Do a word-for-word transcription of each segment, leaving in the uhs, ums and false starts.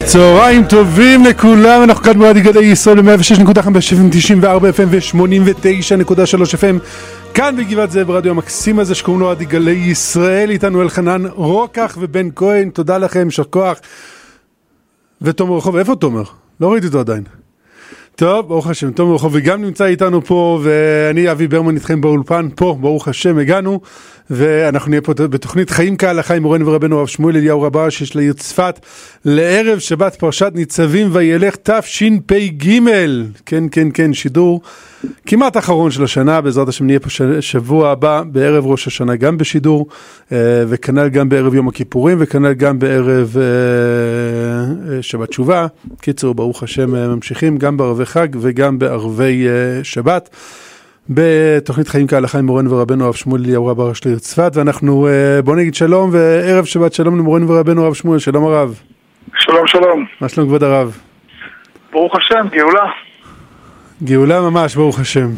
צהריים טובים לכולם, אנחנו כאן ברדיו גלי ישראל ב-מאה ושש נקודה חמש אף אם, תשעים וארבע אף אם ו-שמונים ותשע נקודה שלוש אף אם, כאן בגבעת זאב, ברדיו המקסים הזה שקוראים לו רדיו גלי ישראל. איתנו אלחנן רוקח ובן כהן, תודה לכם, יישר כוח. ותומר רחוב, איפה תומר? לא ראיתי אותו עדיין. טוב, ברוך השם, תומר רחוב וגם נמצא איתנו פה, ואני אבי ברמן איתכם באולפן פה, ברוך השם, הגענו, ואנחנו נהיה פה בתוכנית חיים כהלכה עם מורנו ורבנו הרב שמואל אליהו רבה שיש לעיר צפת, לערב שבת פרשת ניצבים וילך תשפ"ג. כן, כן, כן, שידור כמעט אחרון של השנה, בעזרת השם נהיה פה שבוע הבא בערב ראש השנה גם בשידור, וכנ"ל גם בערב יום הכיפורים, וכנ"ל גם בערב שבת תשובה. קיצור, ברוך השם, ממשיכים גם בערבי חג וגם בערבי שבת בתוכנית חיים כהלכה עם מורנו ורבנו הרב שמואל אליהו רבה ראש לעיר צפת. ואנחנו בוא נגיד שלום וערב שבת שלום למורנו ורבנו הרב שמואל. שלום הרב. שלום שלום. מה שלום כבוד הרב? ברוך השם, גאולה. גאולה ממש, ברוך השם.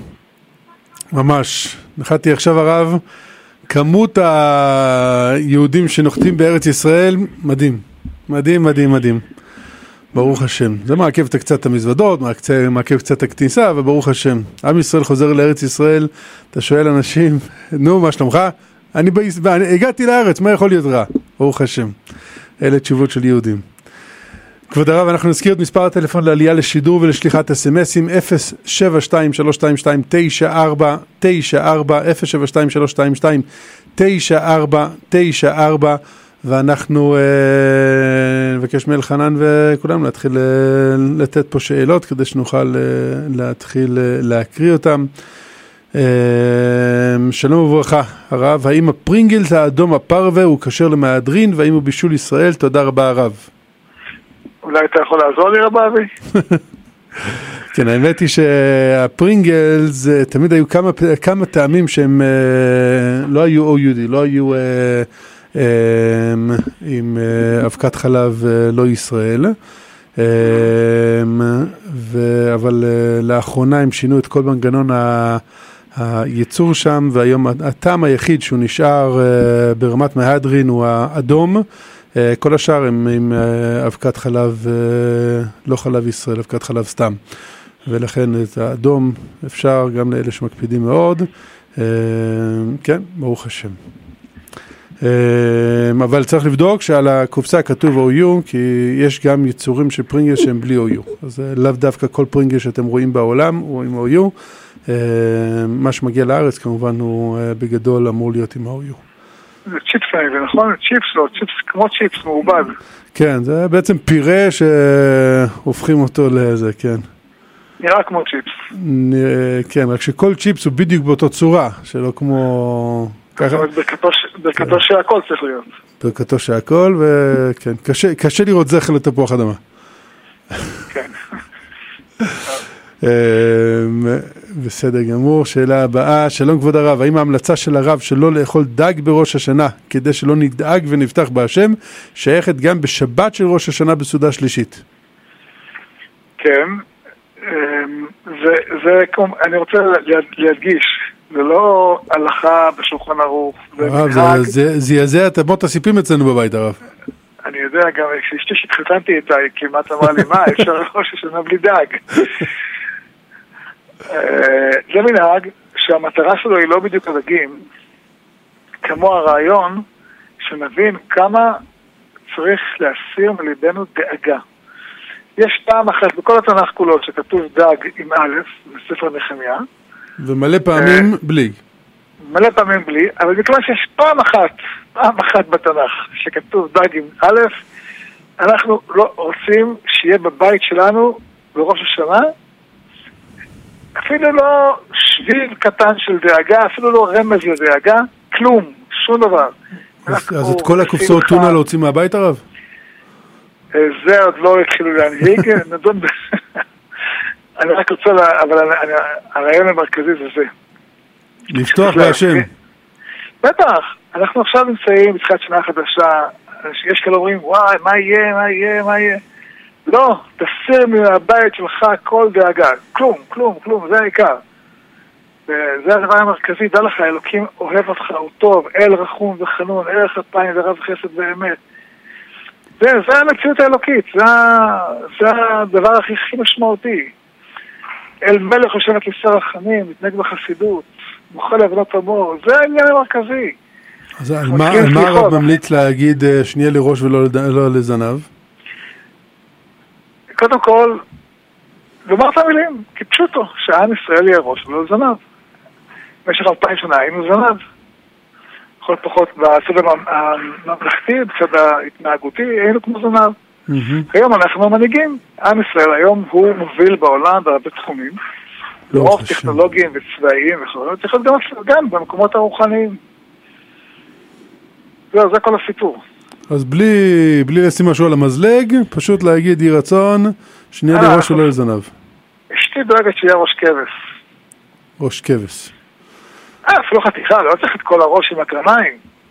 ממש. נחתי עכשיו הרב, כמות היהודים שנוחתים בארץ ישראל, מדהים. מדהים, מדהים, מדהים. ברוך השם. זה מעכב קצת את המזוודות, מעכב קצת את הכניסה, וברוך השם. עם ישראל חוזר לארץ ישראל, אתה שואל אנשים, נו, מה שלומך? אני, ב... אני הגעתי לארץ, מה יכול להיות רע? ברוך השם. אלה תשובות של יהודים. כבוד הרב, אנחנו נזכיר את מספר הטלפון לעלייה לשידור ולשליחת אס-אמסים אפס שבע שתיים שלוש שתיים שתיים תשע ארבע תשע ארבע אפס שבע שתיים שלוש שתיים שתיים תשע ארבע תשע ארבע, ואנחנו אה, נבקש מאלחנן וכולם להתחיל אה, לתת פה שאלות כדי שנוכל אה, להתחיל אה, להקריא אותם. אה, שלום וברכה הרב, האם הפרינגלס האדום הפרווה הוא כשר למהדרין והאם הוא בישול ישראל? תודה רבה הרב. אולי אתה יכול לעזור לי רבה אבי? כן, האמת היא שהפרינגלס תמיד היו כמה, כמה טעמים שהם לא היו או יהודי, לא היו עם אבקת חלב לא ישראל, אבל לאחרונה הם שינו את כל מנגנון הייצור שם, והיום הטעם היחיד שהוא נשאר ברמת מהדרין הוא האדום. כל השאר הם עם אבקת חלב, לא חלב ישראל, אבקת חלב סתם. ולכן את האדום אפשר גם לאלה שמקפידים מאוד. כן, ברוך השם. אבל צריך לבדוק שעל הקופסה כתוב או יו, כי יש גם יצורים של פרינגל שהם בלי או יו. אז לאו דווקא כל פרינגל שאתם רואים בעולם הוא עם או יו. מה שמגיע לארץ כמובן הוא בגדול אמור להיות עם או יו. זה צ'יפס, זה נכון? צ'יפס לא, צ'יפס כמו צ'יפס מעובד. כן, זה בעצם פירה שהופכים אותו לזה, כן. נראה כמו צ'יפס. כן, רק שכל צ'יפס הוא בדיוק באותו צורה, שלא כמו... ברכתו שהכל צריך להיות. ברכתו שהכל, וכן, קשה לראות זכר לתפוח אדמה. כן. בסדר גמור. שאלה הבאה, שלום כבוד הרב, האם ההמלצה של הרב שלא לאכול דג בראש השנה כדי שלא נדאג ונפתח בהשם שייכת גם בשבת של ראש השנה בסעודה שלישית? כן, זה, זה, אני רוצה להדגיש, זה לא הלכה בשולחן ערוך. הרב, זה זעזע את אמות הסיפים אצלנו בבית הרב. אני יודע, גם כשאשתי שהתחתנתי איתה, היא כמעט אמרה לי, מה, אפשר ראש השנה בלי דג? זה מנהג שהמטרה שלו היא לא בדיוק הדגים, כמו הרעיון שנבין כמה צריך להסיר מליבנו דאגה. יש פעם אחת בכל התנ"ך כולו שכתוב דג עם א' בספר נחמיה, ומלא פעמים בלי. מלא פעמים בלי, אבל מכיוון שיש פעם אחת, פעם אחת בתנ"ך שכתוב דג עם א', אנחנו לא רוצים שיהיה בבית שלנו בראש השנה אפילו לא שביל קטן של דאגה, אפילו לא רמז לדאגה, כלום, שום דבר. אז את כל הקופסאות טונה להוציא מהבית הרב? זה עוד לא התחילו להנהיג, נדון ב... אני רק רוצה, אבל הרעיון המרכזי זה זה. לפתוח להשם. בטח, אנחנו עכשיו נמצאים בתחילת שנה חדשה, יש כאלה אומרים, וואי, מה יהיה, מה יהיה, מה יהיה? לא, תסיר מהבית שלך כל דאגה, כלום, כלום, כלום, זה העיקר. וזה הדבר המרכזי, דע לך, אלוקים אוהב אותך, הוא טוב, אל רחום וחנון, ערך אפיים ורב חסד ואמת. זה, זה המציאות האלוקית, זה, זה הדבר הכי, הכי משמעותי. אל מלך יושב הכיסא רחמים, מתנהג בחסידות, מוכל לבנות אמור, זה העניין המרכזי. אז על מה, על מה הרב ממליץ להגיד שנהיה לראש ולא לא לזנב? קודם כל, לומר את המילים, כי פשוטו, שהעם ישראל יהיה ראש ולא לזנב. במשך אלפיים שנה היינו זנב. כל פחות בצד הממלכתי, בצד ההתנהגותי, היינו כמו זנב. היום אנחנו מנהיגים. עם ישראל היום הוא מוביל בעולם בהרבה תחומים, ברוב טכנולוגיים וצבאיים וכו', צריך להיות גם במקומות הרוחניים. זהו, זה כל הסיפור. אז בלי, בלי לשים משהו על המזלג, פשוט להגיד יהי רצון, שנהיה לראש ולא לזנב. אשתי דואגת שיהיה ראש כבש. ראש כבש. אה, אפילו חתיכה, לא צריך את כל הראש עם הקרניים.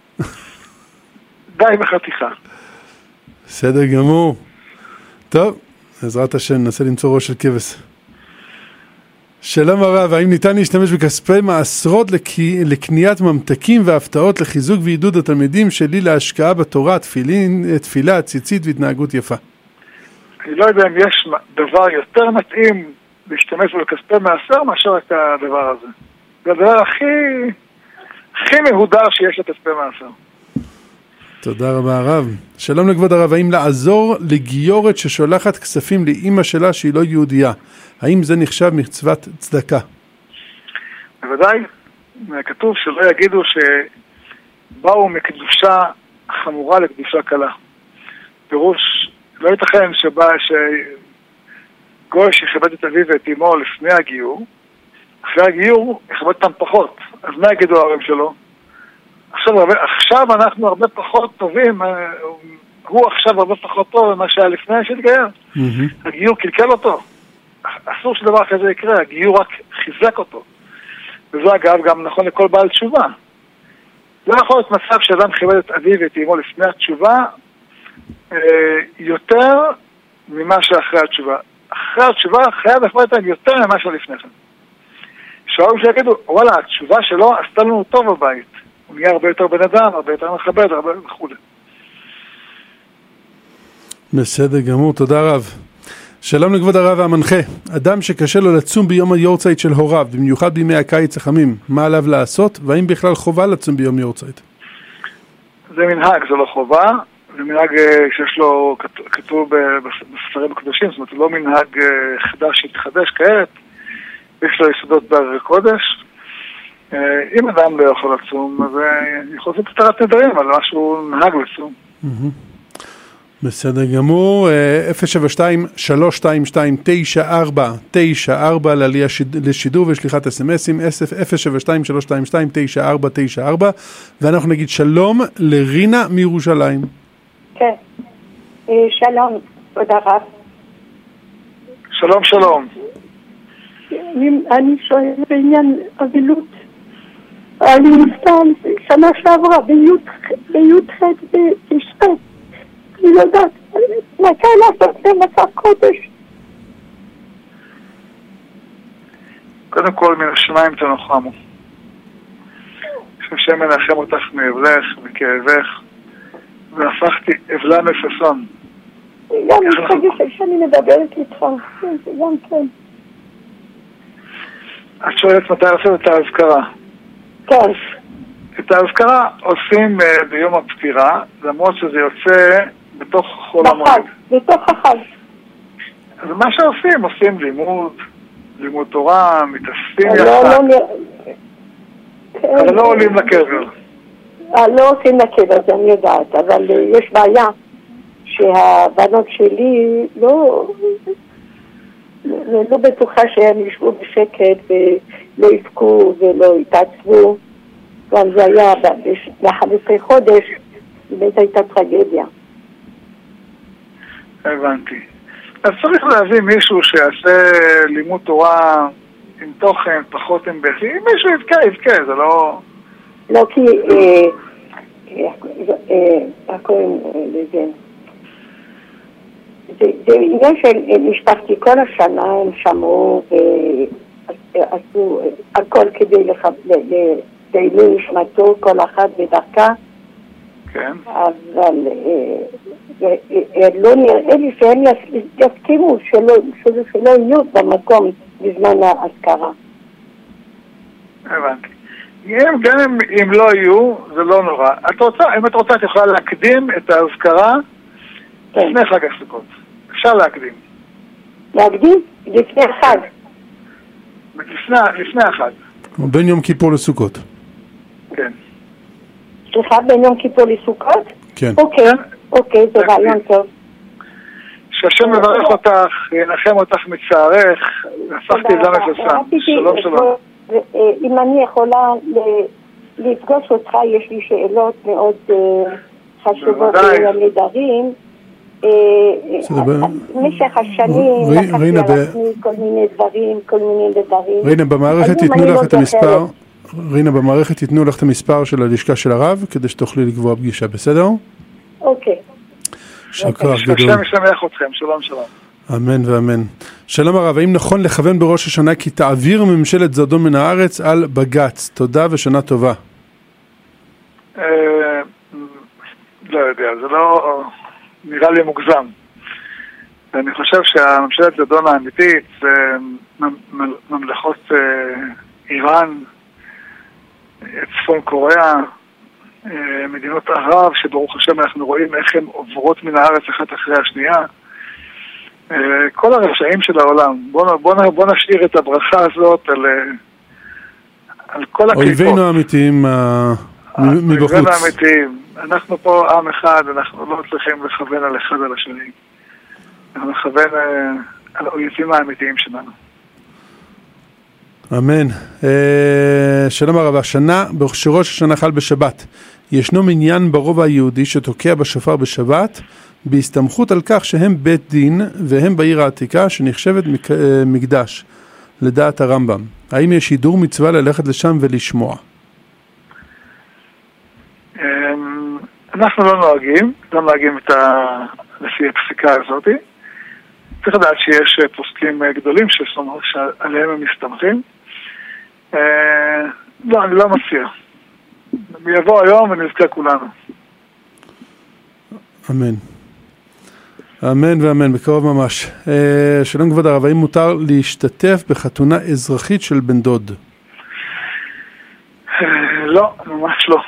די בחתיכה. בסדר גמור. טוב, בעזרת השם, ננסה למצוא ראש של כבש. שלום הרב, האם ניתן להשתמש בכספי מעשרות לקניית ממתקים והפתעות לחיזוק ועידוד התלמידים שלי להשקעה בתורה, תפילין, תפילה, ציצית והתנהגות יפה? אני לא יודע אם יש דבר יותר מתאים להשתמש בכספי מעשר מאשר את הדבר הזה. זה הדבר הכי, הכי מהודר שיש לכספי מעשר. תודה רבה הרב. שלום לכבוד הרב, האם לעזור לגיורת ששולחת כספים לאמא שלה שהיא לא יהודייה? האם זה נחשב מצוות צדקה? בוודאי. כתוב שלא יגידו שבאו מקדושה חמורה לקדושה קלה. פירוש, לא ייתכן שבא שגוי שיכבד את אביו ואת אמו לפני הגיור, אחרי הגיור יכבד אותם פחות. אז מה יגידו ההורים שלו? עכשיו, עכשיו אנחנו הרבה פחות טובים, הוא עכשיו הרבה פחות טוב ממה שהיה לפני שהתגייר. Mm-hmm. הגיור קלקל אותו. אסור שדבר כזה יקרה, הגיור רק חיזק אותו. וזה אגב גם נכון לכל בעל תשובה. לא יכול להיות מצב שאדם כיבד את אביו ואת אמו לפני התשובה אה, יותר ממה שאחרי התשובה. אחרי התשובה חייב לכבד אותם יותר ממה שלפני כן. שההורים שיגידו, וואלה, התשובה שלו עשתה לנו טוב בבית. הוא נהיה הרבה יותר בן אדם, הרבה יותר מכבד, הרבה וכו'. בסדר גמור, תודה רב. שלום לכבוד הרב והמנחה. אדם שקשה לו לצום ביום היורצייט של הוריו, במיוחד בימי הקיץ החמים, מה עליו לעשות? והאם בכלל חובה לצום ביום יורצייט? זה מנהג, זה לא חובה. זה מנהג שיש לו, כתוב בספרים הקדושים, זאת אומרת, זה לא מנהג חדש שהתחדש כעת. יש לו יסודות בערי קודש. אם אדם לא יכול לצום, אז יכול להיות פתרת נדרים על משהו נהג לצום. בסדר גמור. אפס שבע שתיים שלוש שתיים שתיים תשע ארבע תשע ארבע לעלייה לשידור ושליחת אס-אמסים אפס שבע שתיים שלוש שתיים שתיים תשע ארבע תשע ארבע, ואנחנו נגיד שלום לרינה מירושלים. כן, שלום, תודה רב. שלום שלום. אני שואל בעניין אבילות. אני מסתם שנה שעברה בי"ח בתשרי. אני לא יודעת, מתי לעשות במצב קודש? קודם כל מן השמיים תנוחמו. שהשם מנחם אותך מאבלך וכאבך, והפכתי אבלה מפסון. גם מתחגשת שאני מדברת איתך, גם כן. את שואלת מתי לעשות את ההזכרה. כן. את ההזכרה עושים uh, ביום הפטירה, למרות שזה יוצא בתוך חול המועד. בחג, בתוך החג. אז מה שעושים, עושים לימוד, לימוד תורה, מתאספים לא, יחד. לא, אבל כן. לא עולים לקבר. לא עושים לקבר, זה אני יודעת, אבל יש בעיה שהבנות שלי לא... לא בטוחה שהם ישבו בשקט ולא יבכו ולא יתעצבו. גם זה היה ב-חמישה עשר חודש, באמת הייתה טרגדיה. הבנתי. אז צריך להביא מישהו שיעשה לימוד תורה עם תוכן, פחות עם בכי. אם מישהו יבכה, יבכה, זה לא... לא, כי... הקוראים לזה... זה עניין של משפחתי כל השנה, הם שמעו ועשו הכל כדי לעילוי נשמתו, כל אחת בדרכה. כן. אבל לא נראה לי שהם יסכימו שלא יהיו במקום בזמן האזכרה. הבנתי. אם גם אם לא יהיו, זה לא נורא. את רוצה, אם את רוצה, את יכולה להקדים את האזכרה לפני חג הסוכות. אפשר להקדים. להקדים? לפני החג. לפני, לפני החג. בין יום כיפור לסוכות. כן. סליחה, בין יום כיפור לסוכות? כן. אוקיי, אוקיי, זה רעיון טוב. שהשם מברך אותך, ינחם אותך מצערך, הפכתי למה ששם. שלום שלום. אם אני יכולה לפגוש אותך, יש לי שאלות מאוד חשובות לנדרים. במשך השנים לקחתי על עצמי כל מיני דברים, כל מיני דברים. רינה, במערכת ייתנו לך את המספר, רינה, במערכת ייתנו לך את המספר של הלשכה של הרב, כדי שתוכלי לקבוע פגישה, בסדר? אוקיי. שכוח גדול. השם ישמח אתכם, שלום שלום. אמן ואמן. שלום הרב, האם נכון לכוון בראש השנה כי תעביר ממשלת זדון מן הארץ על בגץ? תודה ושנה טובה. לא יודע, זה לא נראה לי מוגזם. אני חושב שהממשלת זדון האמיתית זה ממלכות איראן, צפון קוריאה, מדינות ערב, שברוך השם אנחנו רואים איך הן עוברות מן הארץ אחת אחרי השנייה. כל הרשעים של העולם. בוא, בוא, בוא נשאיר את הברכה הזאת על, על כל הקליפות. אויבינו האמיתיים מבחוץ. אויבינו האמיתיים. אנחנו פה עם אחד, אנחנו לא צריכים לכוון על אחד על השני. אנחנו נכוון על האויבים האמיתיים שלנו. אמן. שלום הרב, השנה, שראש השנה חל בשבת, ישנו מניין ברובע היהודי שתוקע בשופר בשבת, בהסתמכות על כך שהם בית דין והם בעיר העתיקה שנחשבת מקדש, לדעת הרמב"ם. האם יש שידור מצווה ללכת לשם ולשמוע? אנחנו לא נוהגים, לא נוהגים את ה... לפי הפסיקה הזאת. צריך לדעת שיש פוסקים גדולים שעליהם הם מסתמכים. לא, אני לא מציע. יבוא היום ונזכה כולנו. אמן. אמן ואמן, בקרוב ממש. שלום כבוד הרב, האם מותר להשתתף בחתונה אזרחית של בן דוד? לא, ממש לא.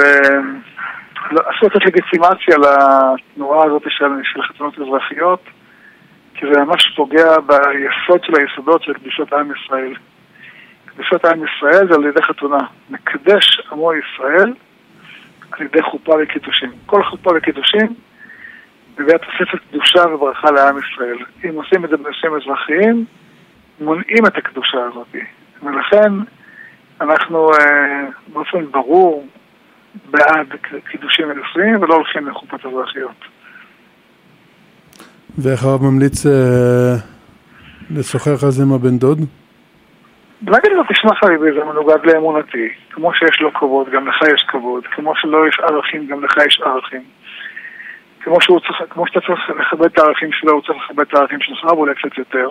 אסור לתת לגיטימציה לתנועה הזאת של חתונות אזרחיות, כי זה ממש פוגע ביסוד של היסודות של קדושת עם ישראל. קדושת עם ישראל זה על ידי חתונה. מקדש עמו ישראל על ידי חופה וקידושים. כל חופה וקידושים מביאה תוספת קדושה וברכה לעם ישראל. אם עושים את זה בנושאים אזרחיים, מונעים את הקדושה הזאת. ולכן אנחנו באופן ברור בעד קידושים ונישואים ולא הולכים לחופות אזרחיות. ואיך הרב ממליץ אה, לשוחח על זה עם הבן דוד? להגיד לו, תשמח לי, זה מנוגד לאמונתי. כמו שיש לו כבוד, גם לך יש כבוד. כמו שלא יש ערכים, גם לך יש ערכים. כמו, שהוא צריך, כמו שאתה צריך לכבד את הערכים שלו, הוא צריך לכבד את הערכים שלך, ואולי קצת יותר.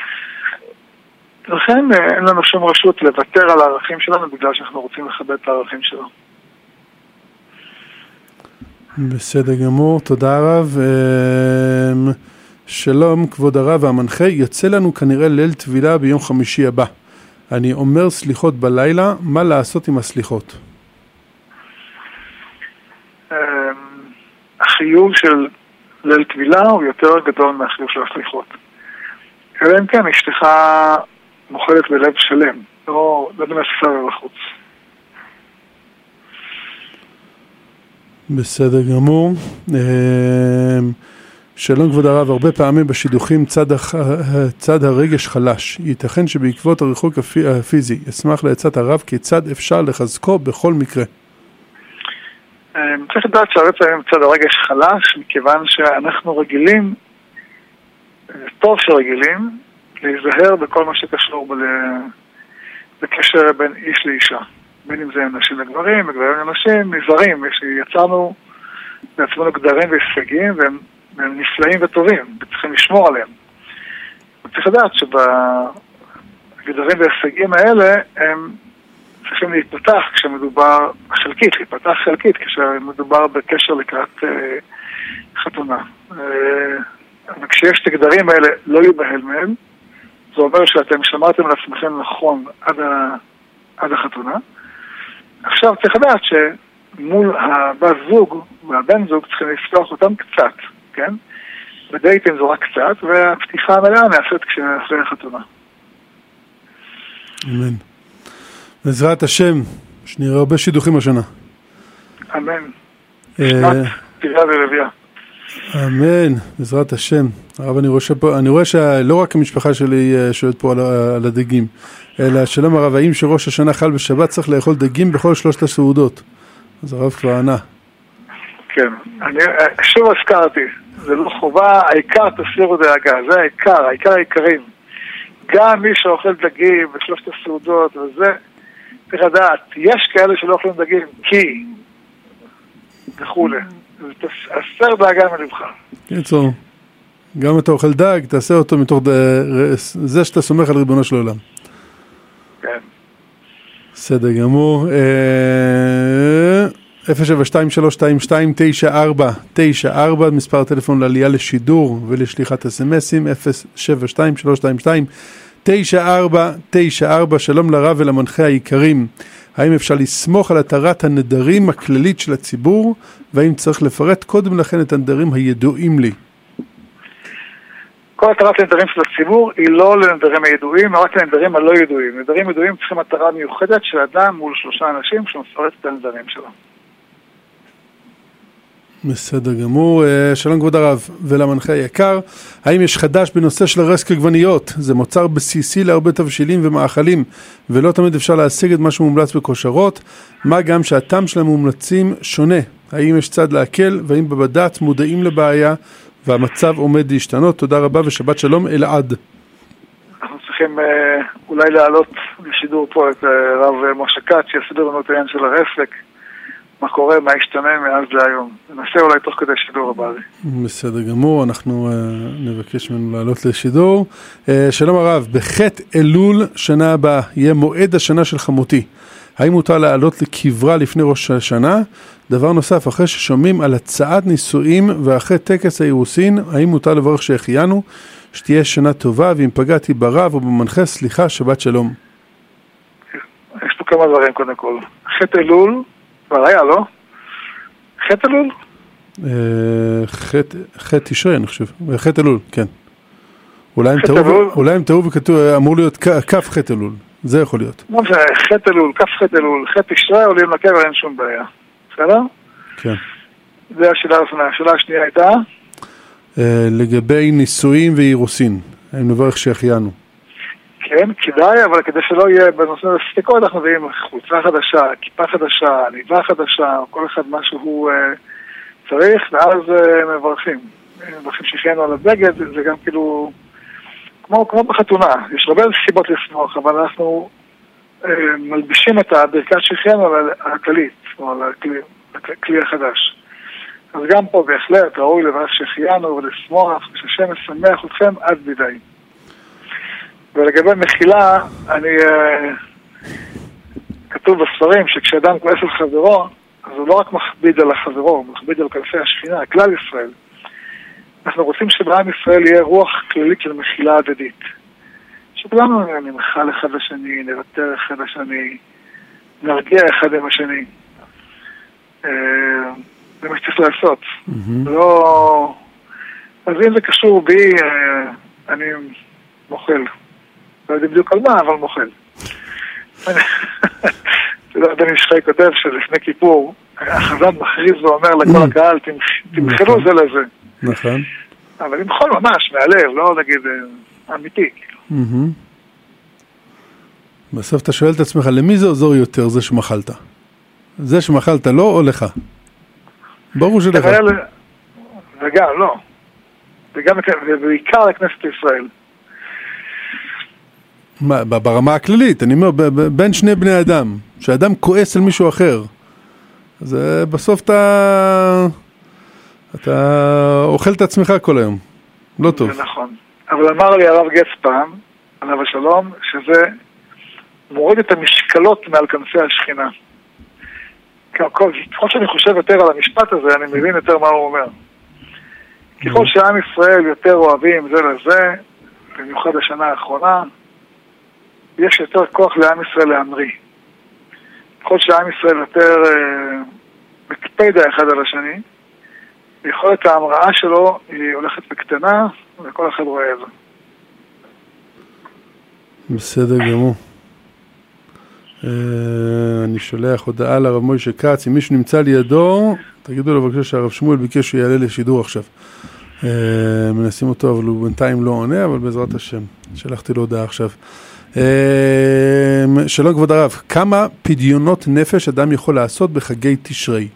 לכן אין לנו שום רשות לוותר על הערכים שלנו, בגלל שאנחנו רוצים לכבד את הערכים שלו. בסדר גמור, תודה רב. שלום כבוד הרב המנחה, יוצא לנו כנראה ליל תבילה ביום חמישי הבא. אני אומר סליחות בלילה, מה לעשות עם הסליחות? החיוב של ליל תבילה הוא יותר גדול מהחיוב של הסליחות. אלא אם כן, אשתך מוכלת בלב שלם, לא בנספה ובחוץ. בסדר גמור. שלום כבוד הרב, הרבה פעמים בשידוכים צד, צד הרגש חלש. ייתכן שבעקבות הריחוק הפיזי, אשמח לעצת הרב כיצד אפשר לחזקו בכל מקרה. צריך לדעת שהרבה פעמים צד הרגש חלש, מכיוון שאנחנו רגילים, טוב שרגילים, להיזהר בכל מה שקשור בקשר בין איש לאישה. בין אם זה נשים לגברים, גברים לנשים, נזהרים, יצרנו לעצמנו גדרים והישגים, והם נפלאים וטובים, וצריכים לשמור עליהם. צריך לדעת שבגדרים והישגים האלה, הם צריכים להתפתח כשמדובר, חלקית, להתפתח חלקית כשמדובר בקשר לקראת uh, חתונה. Uh, וכשיש את הגדרים האלה, לא להיבהל מהם, זה אומר שאתם שמרתם לעצמכם נכון עד, ה, עד החתונה. עכשיו צריך לדעת שמול הבת זוג והבן זוג צריכים לפתוח אותם קצת, כן? בדייטים זו רק קצת, והפתיחה המלאה נעשית כשאחרי החתונה. אמן. בעזרת השם, שנראה הרבה שידוכים השנה. אמן. שנת תראה ורבייה. אמן, בעזרת השם. הרב, אני רואה פה, אני רואה שלא רק המשפחה שלי שואלת פה על, על הדגים, אלא שלום הרב, האם שראש השנה חל בשבת צריך לאכול דגים בכל שלושת הסעודות? אז הרב כבר ענה. כן, אני שוב הזכרתי, זה לא חובה, העיקר תסירו דאגה, זה העיקר, העיקר העיקרים. גם מי שאוכל דגים בשלושת הסעודות וזה, צריך לדעת, יש כאלה שלא אוכלים דגים כי וכולי. אסר דאגה מלבך. קיצור, גם אתה אוכל דג, תעשה אותו מתוך זה שאתה סומך על ריבונו של עולם. כן. בסדר גמור. אפס שבע שתיים שלוש שתיים שתיים תשע ארבע תשע ארבע, מספר הטלפון לעלייה לשידור ולשליחת אס-אמסים, אפס שבע שתיים שלוש שתיים שתיים תשע ארבע תשע ארבע. שלום לרב ולמנחה העיקרים. האם אפשר לסמוך על התרת הנדרים הכללית של הציבור, והאם צריך לפרט קודם לכן את הנדרים הידועים לי? כל התרת הנדרים של הציבור היא לא לנדרים הידועים, רק לנדרים הלא ידועים. נדרים ידועים צריכים התרה מיוחדת של אדם מול שלושה אנשים שמפרט את הנדרים שלו. בסדר גמור. שלום כבוד הרב ולמנחה היקר, האם יש חדש בנושא של רסק עגבניות? זה מוצר בסיסי להרבה תבשילים ומאכלים, ולא תמיד אפשר להשיג את מה שמומלץ בכושרות, מה גם שהטעם של המומלצים שונה. האם יש צד להקל, והאם בבד"ץ מודעים לבעיה והמצב עומד להשתנות? תודה רבה ושבת שלום. אלעד. אנחנו צריכים אה, אולי להעלות לשידור פה את אה, רב משה כץ שיסדר לנו את העניין של הרסק, מה קורה, מה ישתנה מאז להיום. ננסה אולי תוך כדי שידור הבא. בסדר גמור, אנחנו uh, נבקש ממנו לעלות לשידור. Uh, שלום הרב, בחטא אלול שנה הבאה יהיה מועד השנה של חמותי. האם מותר לעלות לקברה לפני ראש השנה? דבר נוסף, אחרי ששומעים על הצעת נישואים ואחרי טקס האירוסין, האם מותר לברך שהחיינו? שתהיה שנה טובה, ואם פגעתי ברב או במנחה, סליחה, שבת שלום. יש פה כמה דברים קודם כל. חטא אלול, כבר היה, לא? חטא אלול? חטא תשרי, אני חושב. חטא אלול, כן. אולי הם טעו וכתוב, אמור להיות כף חטא אלול. זה יכול להיות. לא משנה, חטא אלול, כף חטא אלול, חטא תשרי, עולים לקבר, אין שום בעיה. בסדר? כן. זה השאלה הראשונה. השאלה השנייה הייתה? לגבי נישואים ואירוסין. האם נברך שהחיינו? כן, כדאי, אבל כדי שלא יהיה בנושא הספיקות, אנחנו מביאים חולצה חדשה, כיפה חדשה, ניבה חדשה, כל אחד מה שהוא uh, צריך, ואז uh, מברכים. מברכים שהחיינו על הבגד, זה גם כאילו, כמו, כמו בחתונה, יש הרבה סיבות לסמוך, אבל אנחנו uh, מלבישים את הברכת שהחיינו על הכללית, או על הכלי, הכלי החדש. אז גם פה בהחלט ראוי לברך שהחיינו ולסמוך, ושהשם משמח אתכם עד בידי. ולגבי מחילה, אני, uh, כתוב בספרים שכשאדם כועס על חברו, אז הוא לא רק מכביד על החברו, הוא מכביד על כנפי השכינה, כלל ישראל. אנחנו רוצים שבעם ישראל יהיה רוח כללית של מחילה הדדית. שכולנו נמחל אחד לשני, נוותר אחד לשני, נרגיע אחד עם השני. Uh, זה מה שצריך לעשות. Mm-hmm. לא... אז אם זה קשור בי, uh, אני מוכל. לא יודע בדיוק על מה, אבל מוכל. אתה יודע, בן ישחי כותב שלפני כיפור, החזן מכריז ואומר לכל הקהל, תמחלו זה לזה. נכון. אבל למחול ממש, מהלב, לא נגיד אמיתי. בסוף אתה שואל את עצמך, למי זה עוזר יותר, זה שמחלת? זה שמחלת לא או לך? ברור שלך. וגם, לא. וגם, ובעיקר לכנסת ישראל. מה, ברמה הכללית, אני אומר, בין שני בני אדם, שאדם כועס על מישהו אחר, אז בסוף אתה, אתה אוכל את עצמך כל היום, לא טוב. זה נכון, אבל אמר לי הרב גץ פעם, עליו השלום, שזה מוריד את המשקלות מעל כנפי השכינה. ככל שאני חושב יותר על המשפט הזה, אני מבין יותר מה הוא אומר. ככל שעם ישראל יותר אוהבים זה לזה, במיוחד השנה האחרונה, יש יותר כוח לעם ישראל להמריא. ככל שעם ישראל יותר אה, מקפד האחד על השני, יכולת ההמראה שלו היא הולכת בקטנה, וכל אחד רואה את זה. בסדר גמור. אני שולח הודעה לרב מוישה כץ, אם מישהו נמצא לידו, תגידו לו בבקשה שהרב שמואל ביקש שהוא יעלה לשידור עכשיו. מנסים אותו, אבל הוא בינתיים לא עונה, אבל בעזרת השם. שלחתי לו הודעה עכשיו. שלום כבוד הרב, כמה פדיונות נפש אדם יכול לעשות בחגי תשרי?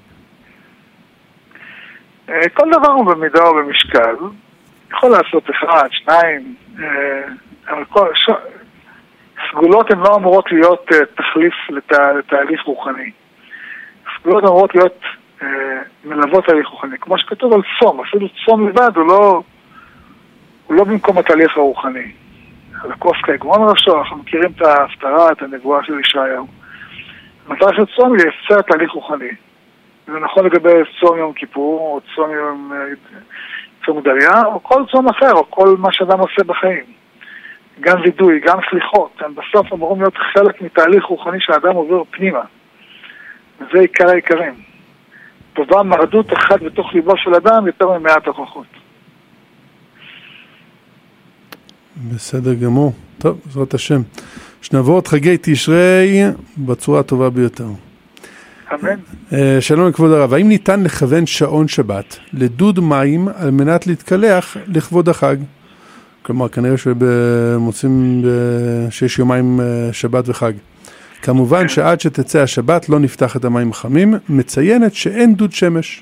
כל דבר הוא במידה או במשקל. יכול לעשות אחד, שניים, אבל כל... סגולות הן לא אמורות להיות uh, תחליף לתה, לתהליך רוחני. סגולות אמורות להיות uh, מלוות תהליך רוחני. כמו שכתוב על צום, אפילו צום לבד הוא לא, הוא לא במקום התהליך הרוחני. על הכוס כגמון ראשו, אנחנו מכירים את ההפטרה, את הנבואה של ישעיהו. המטרה של צום היא לייצר תהליך רוחני. זה נכון לגבי צום יום כיפור, או צום יום צום גדליה, או כל צום אחר, או כל מה שאדם עושה בחיים. גם וידוי, גם סליחות, הם בסוף אמורים להיות חלק מתהליך רוחני שהאדם עובר פנימה. וזה עיקר העיקרים. טובה מרדות אחת בתוך ליבו של אדם יותר ממעט הכוחות. בסדר גמור. טוב, בעזרת השם. שנעבור את חגי תשרי בצורה הטובה ביותר. אמן. שלום לכבוד הרב, האם ניתן לכוון שעון שבת לדוד מים על מנת להתקלח לכבוד החג? כלומר, כנראה שמוצאים שיש יומיים שבת וחג. כמובן שעד שתצא השבת לא נפתח את המים החמים, מציינת שאין דוד שמש.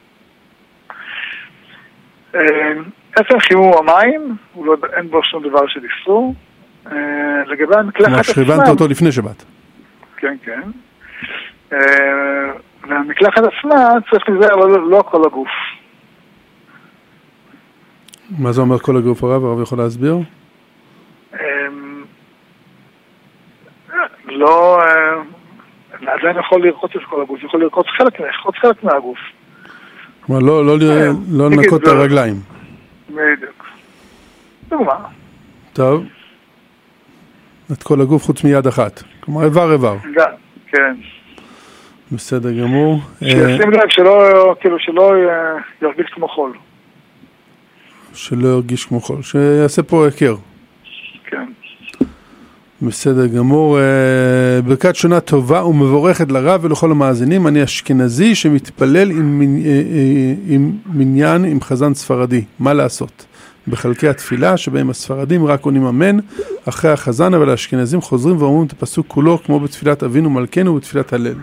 עצם חימום המים, אין בו שום דבר של איסור. לגבי המקלחת עצמה... שכיוונת אותו לפני שבת. כן, כן. והמקלחת עצמה צריך להיזהר לא כל הגוף. מה זה אומר כל הגוף הרב? הרב יכול להסביר? לא, עדיין יכול לרחוץ את כל הגוף, יכול לרחוץ חלק מהגוף. כלומר, לא לנקות את הרגליים. בדיוק. דוגמה. טוב. את כל הגוף חוץ מיד אחת. כלומר, איבר איבר. כן. בסדר גמור. שישים לב שלא, כאילו שלא ירגיש כמו חול. שלא ירגיש כמו חול, שיעשה פה הכר. כן. בסדר גמור. ברכת שונה טובה ומבורכת לרב ולכל המאזינים. אני אשכנזי שמתפלל עם, עם מניין עם חזן ספרדי. מה לעשות? בחלקי התפילה שבהם הספרדים רק עונים אמן אחרי החזן, אבל האשכנזים חוזרים ואומרים את הפסוק כולו כמו בתפילת אבינו מלכנו ובתפילת הלל.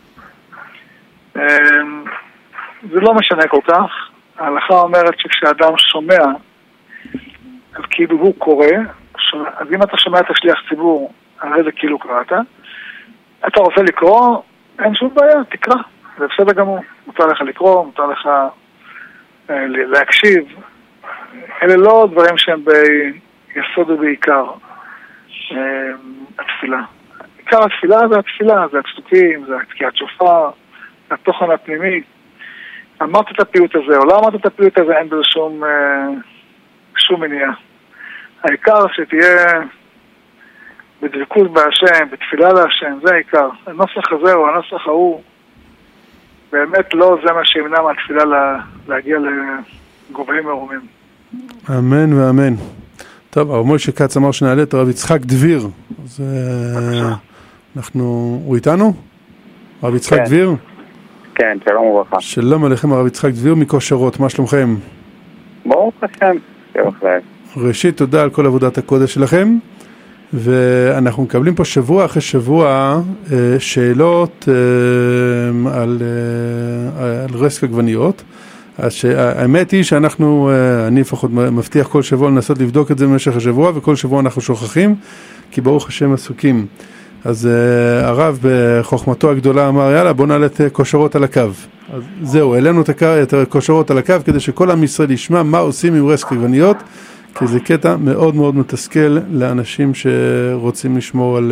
זה לא משנה כל כך. ההלכה אומרת שכשאדם שומע, אז כאילו הוא קורא, אז אם אתה שומע את השליח ציבור, הרי זה כאילו קראת, אתה רוצה לקרוא, אין שום בעיה, תקרא, זה בסדר גמור. מותר לך לקרוא, מותר לך אה, להקשיב. אלה לא דברים שהם ביסוד ובעיקר אה, התפילה. עיקר התפילה זה התפילה, זה הפסוקים, זה תקיעת שופר, זה התוכן הפנימי. אמרת את הפיוט הזה, או לא אמרת את הפיוט הזה, אין בזה שום, אה, שום מניעה. העיקר שתהיה בדבקות בהשם, בתפילה להשם, זה העיקר. הנוסח הזה או הנוסח ההוא, באמת לא זה מה שימנע מהתפילה לה, להגיע לגובהים מרומים. אמן ואמן. טוב, הרב מוישה כץ אמר שנעלה את הרב יצחק דביר. אז אה, אנחנו, הוא איתנו? הרב יצחק כן. דביר? כן, שלום וברכה. שלום עליכם הרב יצחק דביר מכושרות, מה שלומכם? ברוך השם, שלום לכם. ראשית, תודה על כל עבודת הקודש שלכם, ואנחנו מקבלים פה שבוע אחרי שבוע שאלות על, על רסק עגבניות. אז האמת היא שאנחנו, אני לפחות מבטיח כל שבוע לנסות לבדוק את זה במשך השבוע, וכל שבוע אנחנו שוכחים, כי ברוך השם עסוקים. אז uh, הרב בחוכמתו הגדולה אמר, יאללה בוא נעלה את כושרות על הקו. אז זהו, העלינו את הכושרות על הקו כדי שכל עם ישראל ישמע מה עושים עם רסק עגבניות, כי זה קטע מאוד מאוד מתסכל לאנשים שרוצים לשמור על...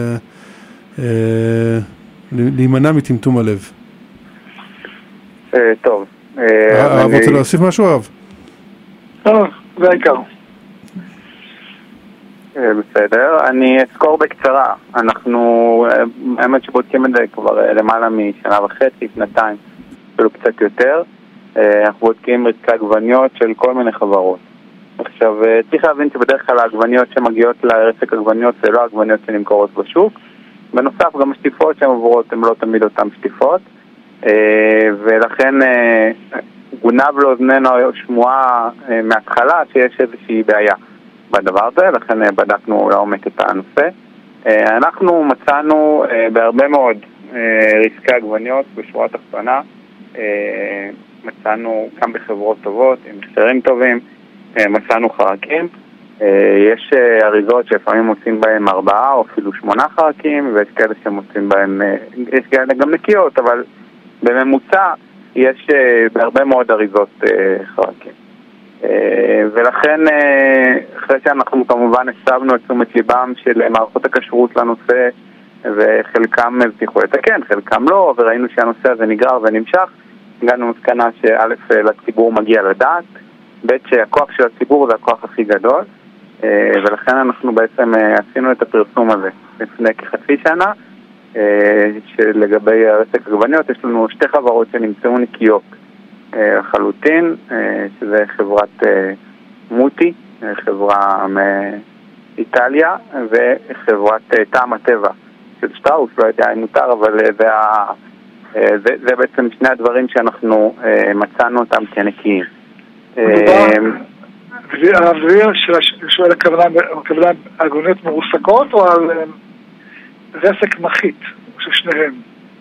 להימנע מטמטום הלב. טוב. הרב רוצה להוסיף משהו, הרב? לא, זה העיקר. בסדר, אני אזכור בקצרה. אנחנו, האמת שבודקים את זה כבר למעלה משנה וחצי, שנתיים, אפילו קצת יותר. אנחנו בודקים רצקי עגבניות של כל מיני חברות. עכשיו, צריך להבין שבדרך כלל העגבניות שמגיעות לרצק עגבניות זה לא העגבניות שנמכרות בשוק. בנוסף, גם השטיפות שהן עוברות הן לא תמיד אותן שטיפות. ולכן גונב לאוזנינו שמועה מההתחלה שיש איזושהי בעיה בדבר הזה, לכן בדקנו לעומק את הנושא. אנחנו מצאנו בהרבה מאוד רצקי עגבניות בשורה התחתונה, מצאנו גם בחברות טובות עם מחירים טובים, מצאנו חרקים, יש אריזות שלפעמים מוצאים בהם ארבעה או אפילו שמונה חרקים, ויש כאלה שמוצאים בהם, יש כאלה גם נקיות, אבל בממוצע יש בהרבה מאוד אריזות חרקים. ולכן אחרי שאנחנו כמובן הסבנו את תשומת ליבם של מערכות הכשרות לנושא, וחלקם הבטיחו לתקן, חלקם לא, וראינו שהנושא הזה נגרר ונמשך, הגענו מסקנה שא' לציבור מגיע לדעת, ב' שהכוח של הציבור זה הכוח הכי גדול, ולכן אנחנו בעצם עשינו את הפרסום הזה לפני כחצי שנה, שלגבי רצק עגבניות יש לנו שתי חברות שנמצאו נקיות לחלוטין, שזה חברת מוטי, חברה מאיטליה, וחברת טעם הטבע של שטראוס, לא יודע אם מותר, אבל זה, זה, זה בעצם שני הדברים שאנחנו מצאנו אותם כנקיים. הרב דביר, שואל הכוונה עגבניות מרוסקות או על רסק מחית, של שניהם?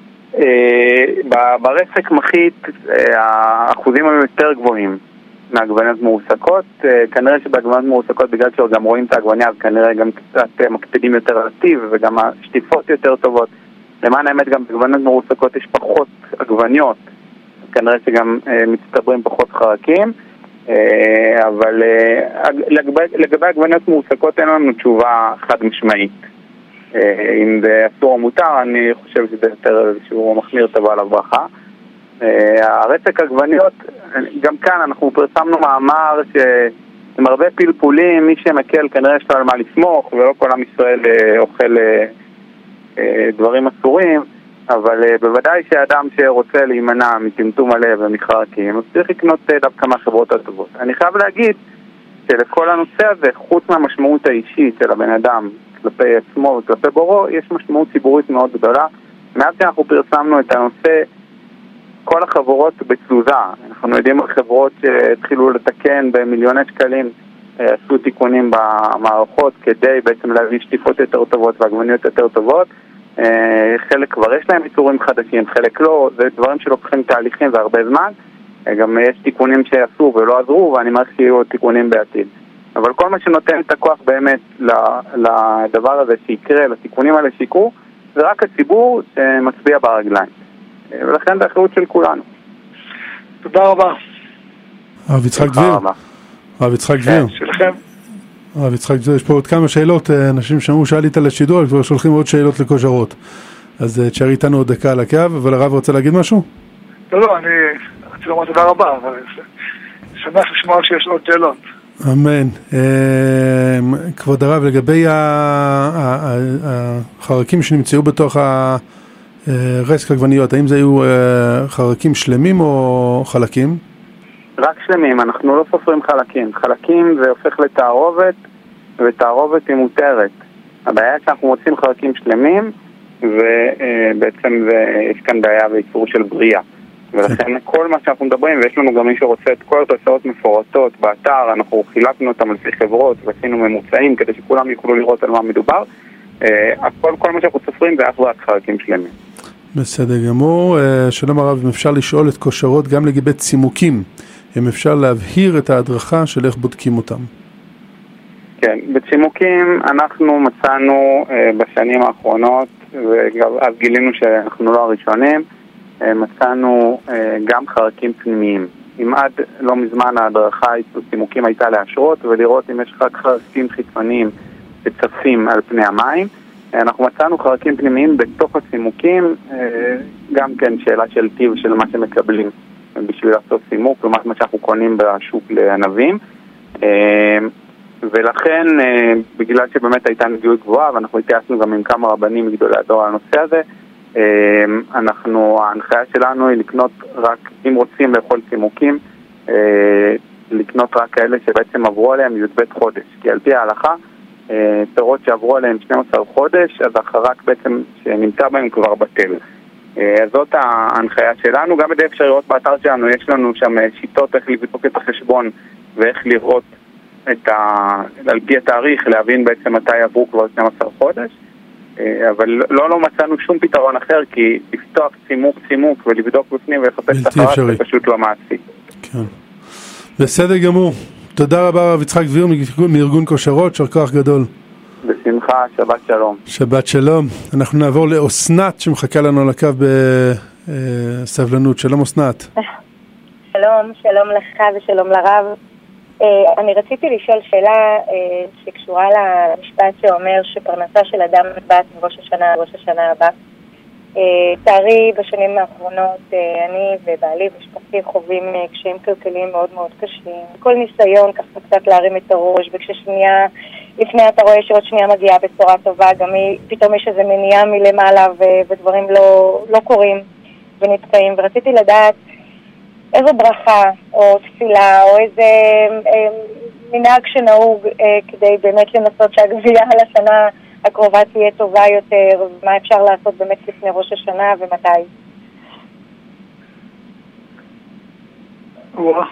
ברסק מחית האחוזים הם יותר גבוהים מעגבניות מרוסקות. כנראה שבעגבניות מרוסקות, בגלל שגם רואים את העגבניה, אז כנראה גם קצת מקפידים יותר על הטיב וגם השטיפות יותר טובות. למען האמת, גם בעגבניות מרוסקות יש פחות עגבניות, כנראה שגם מצטברים פחות חרקים, אבל לגבי עגבניות מרוסקות אין לנו תשובה חד משמעית. אם זה אסור או מותר, אני חושב שזה יותר איזשהו מחמיר טבע עליו ברכה. הרצק עגבניות, גם כאן אנחנו פרסמנו מאמר שעם הרבה פלפולים, מי שמקל כנראה יש לו על מה לסמוך, ולא כל עם ישראל אוכל דברים אסורים, אבל בוודאי שאדם שרוצה להימנע מטמטום הלב ומחרקים, אז צריך לקנות דווקא מהחברות הטובות. אני חייב להגיד שלכל הנושא הזה, חוץ מהמשמעות האישית של הבן אדם, כלפי עצמו וכלפי בורו, יש משמעות ציבורית מאוד גדולה. מאז שאנחנו פרסמנו את הנושא, כל החברות בתזוזה. אנחנו יודעים על חברות שהתחילו לתקן במיליוני שקלים, עשו תיקונים במערכות כדי בעצם להביא שטיפות יותר טובות ועגבניות יותר טובות. חלק כבר יש להם איתורים חדשים, חלק לא. זה דברים שלוקחים תהליכים והרבה זמן. גם יש תיקונים שעשו ולא עזרו, ואני מעריך שיהיו עוד תיקונים בעתיד. אבל כל מה שנותן את הכוח באמת לדבר הזה שיקרה, לתיקונים האלה שיקרו, זה רק הציבור שמצביע ברגליים. ולכן זה האחריות של כולנו. תודה רבה. הרב יצחק דביר. הרב יצחק דביר. שלכם. הרב יצחק דביר, יש פה עוד כמה שאלות, אנשים שאמרו שאלית על השידור, כבר שולחים עוד שאלות לכושרות. אז תשארי איתנו עוד דקה על הקו, אבל הרב רוצה להגיד משהו? לא, לא, אני רוצה לומר תודה רבה, אבל שמח לשמוע שיש עוד שאלות. אמן. כבוד הרב, לגבי החרקים שנמצאו בתוך הרסק עגבניות, האם זה היו חרקים שלמים או חלקים? רק שלמים, אנחנו לא סופרים חלקים. חלקים זה הופך לתערובת, ותערובת היא מותרת. הבעיה שאנחנו מוצאים חרקים שלמים, ובעצם יש כאן בעיה באיסור של בריאה. ולכן כל מה שאנחנו מדברים, ויש לנו גם מי שרוצה את כל התוצאות מפורטות באתר, אנחנו חילקנו אותם לפי חברות ועשינו ממוצעים כדי שכולם יוכלו לראות על מה מדובר. הכל, כל מה שאנחנו סופרים זה אך ורק חרקים שלמים. בסדר גמור. שלום הרב, אם אפשר לשאול את כושרות גם לגבי צימוקים, אם אפשר להבהיר את ההדרכה של איך בודקים אותם. כן, בצימוקים אנחנו מצאנו בשנים האחרונות, ואז גילינו שאנחנו לא הראשונים, מצאנו גם חרקים פנימיים. אם עד לא מזמן ההדרכה צימוקים הייתה להשרות ולראות אם יש רק חרקים חיצוניים שצפים על פני המים. אנחנו מצאנו חרקים פנימיים בתוך הצימוקים, גם כן שאלה של טיב של מה שמקבלים בשביל לעשות צימוק, לעומת מה שאנחנו קונים בשוק לענבים. ולכן, בגלל שבאמת הייתה נגיעות גבוהה, ואנחנו התייעצנו גם עם כמה רבנים גדולי הדור על הנושא הזה, אנחנו, ההנחיה שלנו היא לקנות רק, אם רוצים לאכול צימוקים, לקנות רק כאלה שבעצם עברו עליהם י"ב חודש, כי על פי ההלכה, פירות שעברו עליהם שנים עשר חודש, אז החרק בעצם שנמצא בהם כבר בטל. אז זאת ההנחיה שלנו. גם בדי אפשריות באתר שלנו יש לנו שם שיטות איך לבדוק את החשבון ואיך לראות את ה... על פי התאריך, להבין בעצם מתי עברו כבר שנים עשר חודש. אבל לא, לא מצאנו שום פתרון אחר, כי לפתוח צימוק צימוק ולבדוק בפנים ולחפש את החרק זה פשוט לא מעשי. כן. בסדר גמור. תודה רבה רב יצחק דביר מארגון כושרות, שר כוח גדול. בשמחה, שבת שלום. שבת שלום. אנחנו נעבור לאסנת שמחכה לנו על הקו בסבלנות. שלום אסנת. שלום, שלום לך ושלום לרב. אני רציתי לשאול שאלה שקשורה למשפט שאומר שפרנסה של אדם נקבעת מראש השנה עד ראש השנה הבא. תארי בשנים האחרונות אני ובעלי ומשפחתי חווים קשיים כלכליים מאוד מאוד קשים. כל ניסיון ככה קצת להרים את הראש, וכששנייה לפני אתה רואה שעוד שנייה מגיעה בצורה טובה, גם פתאום יש איזו מניעה מלמעלה ודברים לא, לא קורים ונתקעים. ורציתי לדעת איזו ברכה או תפילה או איזה אה, מנהג שנהוג אה, כדי באמת לנסות שהגבייה על השנה הקרובה תהיה טובה יותר, מה אפשר לעשות באמת לפני ראש השנה ומתי. וואו.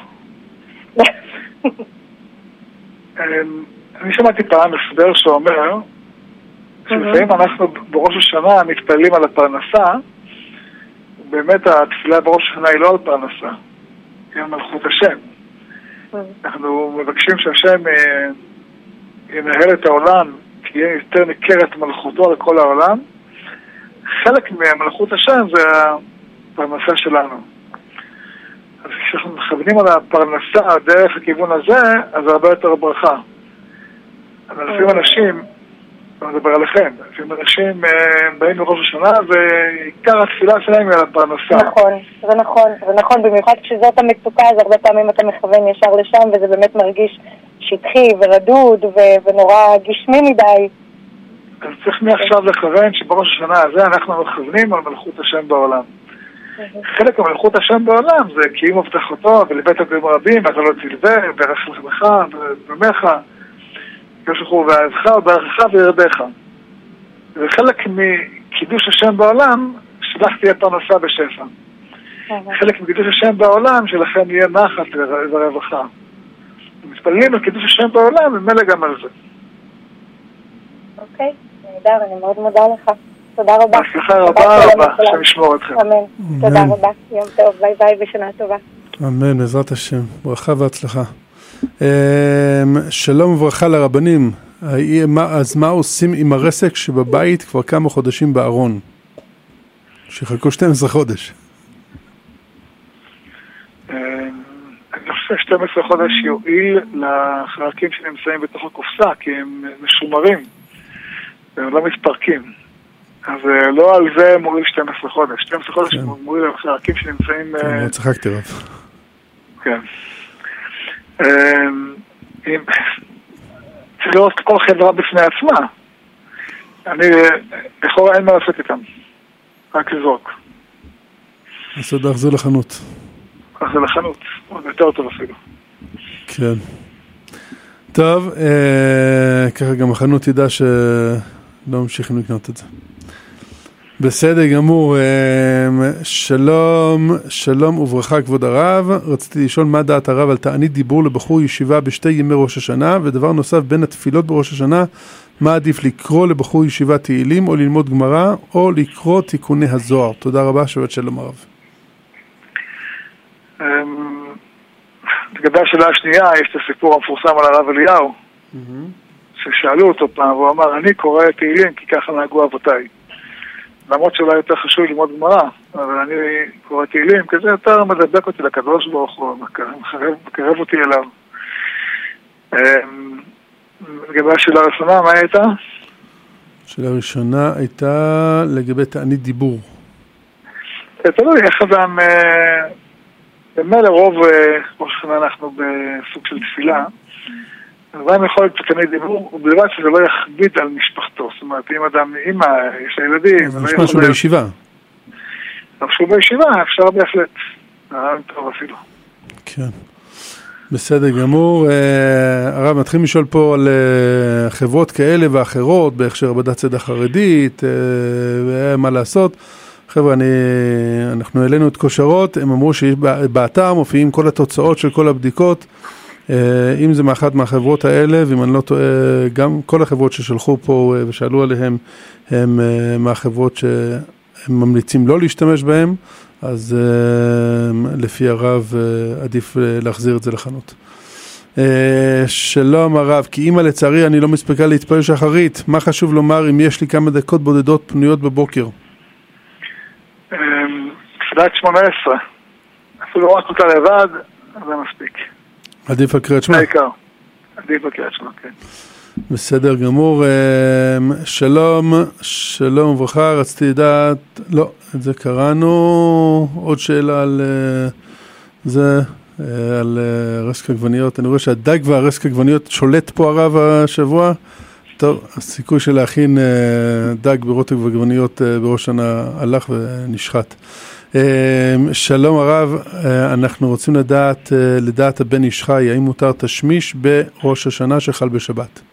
אני שמעתי פעם הסבר שאומר שלפעמים אנחנו בראש השנה מתפעלים על הפרנסה, ובאמת התפילה בראש השנה היא לא על פרנסה, היא על מלכות השם. אנחנו מבקשים שהשם ינהל את העולם, תהיה יותר ניכרת מלכותו על כל העולם. חלק מהמלכות השם זה הפרנסה שלנו. אז כשאנחנו מכוונים על הפרנסה דרך הכיוון הזה, אז זה הרבה יותר ברכה. אבל לפעמים אנשים, אני מדבר עליכם, לפעמים אנשים באים לראש השנה ועיקר התפילה שלהם היא על הפרנסה. נכון, זה נכון, זה נכון, במיוחד כשזאת המצוקה, אז הרבה פעמים אתה מכוון ישר לשם וזה באמת מרגיש שטחי ורדוד ו- ונורא גשמי מדי. אז צריך מעכשיו לכוון שבראש השנה הזה אנחנו מכוונים על מלכות השם בעולם. חלק ממלכות השם בעולם זה קיום הבטחתו ולבית הדברים רבים, אתה לא תלווה, ברך לחמך, במך, יושכו ועזך וברכך וירדך. זה חלק מקידוש השם בעולם, שלך תהיה פרנסה בשפע. חלק מקידוש השם בעולם, שלכם יהיה נחת ורווחה. מתפללים על קידוש השם בעולם, ומלא גם על זה. אוקיי, נהדר, אני מאוד מודה לך. תודה רבה. הצלחה רבה רבה, השם ישמור אתכם. אמן. תודה רבה, יום טוב, ביי ביי ושנה טובה. אמן, בעזרת השם. ברכה והצלחה. שלום וברכה לרבנים. אז מה עושים עם הרסק שבבית כבר כמה חודשים בארון? שחכו שנים עשר חודש. אני חושב שנים עשר חודש יועיל לחלקים שנמצאים בתוך הקופסה, כי הם משומרים, והם לא מתפרקים. אז לא על זה מוריל שנים עשר חודש. שנים עשר חודש מוריל על חלקים שנמצאים... כן, לא צחקתי רב. כן. צריך לראות כל חברה בפני עצמה. אני, לכאורה אין מה לעשות איתם. רק לזרוק. אז עוד להחזיר לחנות. להחזיר לחנות. עוד יותר טוב אפילו. כן. טוב, ככה גם החנות ידע שלא ממשיכים לקנות את זה. בסדר גמור, שלום, שלום וברכה כבוד הרב. רציתי לשאול מה דעת הרב על תענית דיבור לבחור ישיבה בשתי ימי ראש השנה, ודבר נוסף בין התפילות בראש השנה, מה עדיף לקרוא לבחור ישיבה תהילים או ללמוד גמרא או לקרוא תיקוני הזוהר. תודה רבה, שבת שלום הרב. לגבי השאלה השנייה, יש את הסיפור המפורסם על הרב אליהו, ששאלו אותו פעם, והוא אמר, אני קורא תהילים כי ככה נהגו אבותיי. למרות שאולי יותר חשוב ללמוד גמרא, אבל אני קורא תהילים, כזה יותר מדבק אותי לקדוש ברוך הוא, מקרב אותי אליו. לגבי השאלה הראשונה, מה הייתה? השאלה הראשונה הייתה לגבי תענית דיבור. תלוי, איך אדם, במילא רוב ראש השנה אנחנו בסוג של תפילה, אבל יכול להיות תענית דיבור, ובלבד שזה לא יכביד על משפחתו. זאת אומרת, אם אדם, אמא, יש ילדים... זה נשמע שהוא בישיבה. שהוא בישיבה, אפשר בהחלט. הרב טוב אפילו. כן. בסדר גמור. הרב, מתחילים לשאול פה על חברות כאלה ואחרות, בהכשר עבודת צדקה חרדית, ומה לעשות. חבר'ה, אני, אנחנו העלינו את כושרות, הם אמרו שבאתר מופיעים כל התוצאות של כל הבדיקות, אם זה מאחת מהחברות האלה, ואם אני לא טועה, גם כל החברות ששלחו פה ושאלו עליהם, הם מהחברות שהם ממליצים לא להשתמש בהם, אז לפי הרב עדיף להחזיר את זה לחנות. שלום הרב, כי אמא לצערי אני לא מספיקה להתפלל שחרית, מה חשוב לומר אם יש לי כמה דקות בודדות פנויות בבוקר? תפילת שמונה עשרה, אפילו רק אותה לבד, זה מספיק. עדיף על קריאת שמע? העיקר, עדיף על קריאת שמע, כן. בסדר גמור. שלום, שלום וברכה, רציתי לדעת, לא, את זה קראנו, עוד שאלה על זה, על רסק עגבניות. אני רואה שהדג והרסק עגבניות שולט פה הרב השבוע. טוב, הסיכוי של להכין דג ברוטב ועגבניות בראש שנה הלך ונשחט. שלום הרב, אנחנו רוצים לדעת, לדעת הבן איש חי, האם מותר תשמיש בראש השנה שחל בשבת?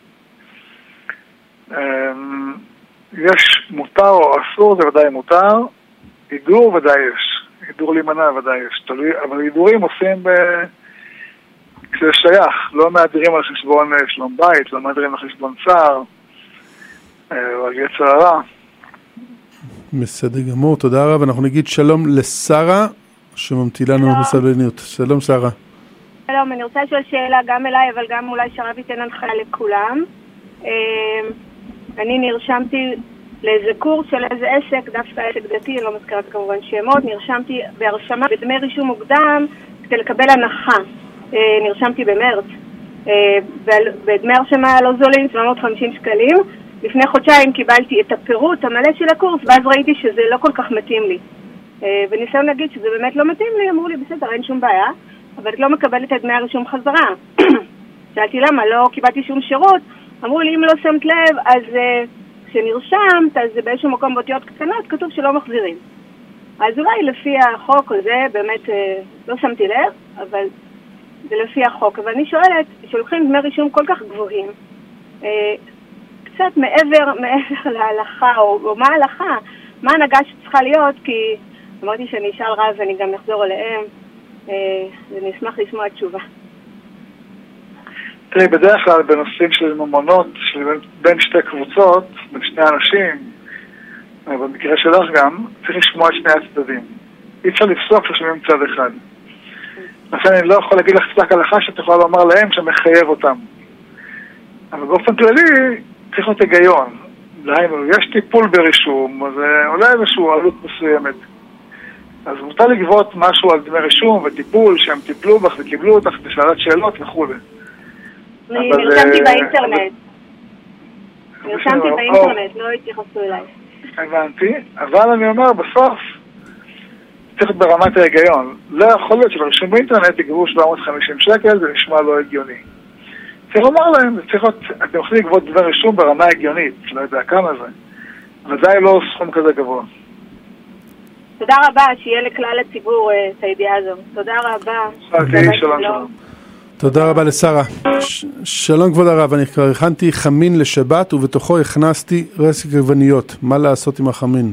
יש מותר או אסור, זה ודאי מותר. הידור ודאי יש. הידור להימנע ודאי יש. אבל הידורים עושים ב... כשזה שייך. לא מאדרים על חשבון שלום בית, לא מאדרים על חשבון צער, או על יצר הרע. בסדר גמור, תודה רב. אנחנו נגיד שלום לשרה, שממתילה לנו בסבלניות. שלום שרה. שלום, אני רוצה לשאול שאלה גם אליי, אבל גם אולי שהרב ייתן הנחיה לכולם. אני נרשמתי לאיזה קורס של איזה עסק, דווקא עסק דתי, אני לא מזכירת כמובן שמות, נרשמתי בהרשמה בדמי רישום מוקדם כדי לקבל הנחה. נרשמתי במרץ, בדמי הרשמה לא זולים, שבע מאות וחמישים שקלים. לפני חודשיים קיבלתי את הפירוט המלא של הקורס, ואז ראיתי שזה לא כל כך מתאים לי. וניסיון להגיד שזה באמת לא מתאים לי, אמרו לי, בסדר, אין שום בעיה, אבל את לא מקבלת את דמי הרישום חזרה. שאלתי למה, לא קיבלתי שום שירות. אמרו לי, אם לא שמת לב, אז כשנרשמת, אז באיזשהו מקום באותיות קטנות, כתוב שלא מחזירים. אז אולי לפי החוק הזה, באמת לא שמתי לב, אבל זה לפי החוק. אבל אני שואלת, שולחים דמי רישום כל כך גבוהים, קצת מעבר, מעבר להלכה, או, או מה ההלכה, מה ההנהגה שצריכה להיות, כי אמרתי שאני אשאל רב ואני גם נחזור אליהם, ואני אשמח לשמוע תשובה. תראי, בדרך כלל בנושאים של ממונות, של בין שתי קבוצות, בין שני אנשים, במקרה שלך גם, צריך לשמוע את שני הצדדים. אי אפשר לפסוק ששומעים צד אחד. לכן אני לא יכול להגיד לך פסק הלכה שאת יכולה לומר להם שמחייב אותם. אבל באופן כללי צריך להיות היגיון. דהיינו, יש טיפול ברישום, אז עולה איזשהו עלות מסוימת. אז מותר לגבות משהו על דמי רישום וטיפול, שהם טיפלו בך וקיבלו אותך בשאלת שאלות וכו'. אני נרשמתי באינטרנט. נרשמתי באינטרנט, לא התייחסו אליי. הבנתי, אבל אני אומר, בסוף צריך ברמת ההיגיון. לא יכול להיות שברישום באינטרנט יגבו שבע מאות וחמישים שקל, זה נשמע לא הגיוני. צריך לומר להם, צריך להיות, אתם יכולים לגבות דבר רישום ברמה הגיונית, לא יודע כמה זה. ודאי לא סכום כזה גבוה. תודה רבה, שיהיה לכלל הציבור את הידיעה הזו. תודה רבה. שלום, שלום. תודה רבה לשרה. שלום כבוד הרב, אני כבר הכנתי חמין לשבת ובתוכו הכנסתי רסק עגבניות. מה לעשות עם החמין?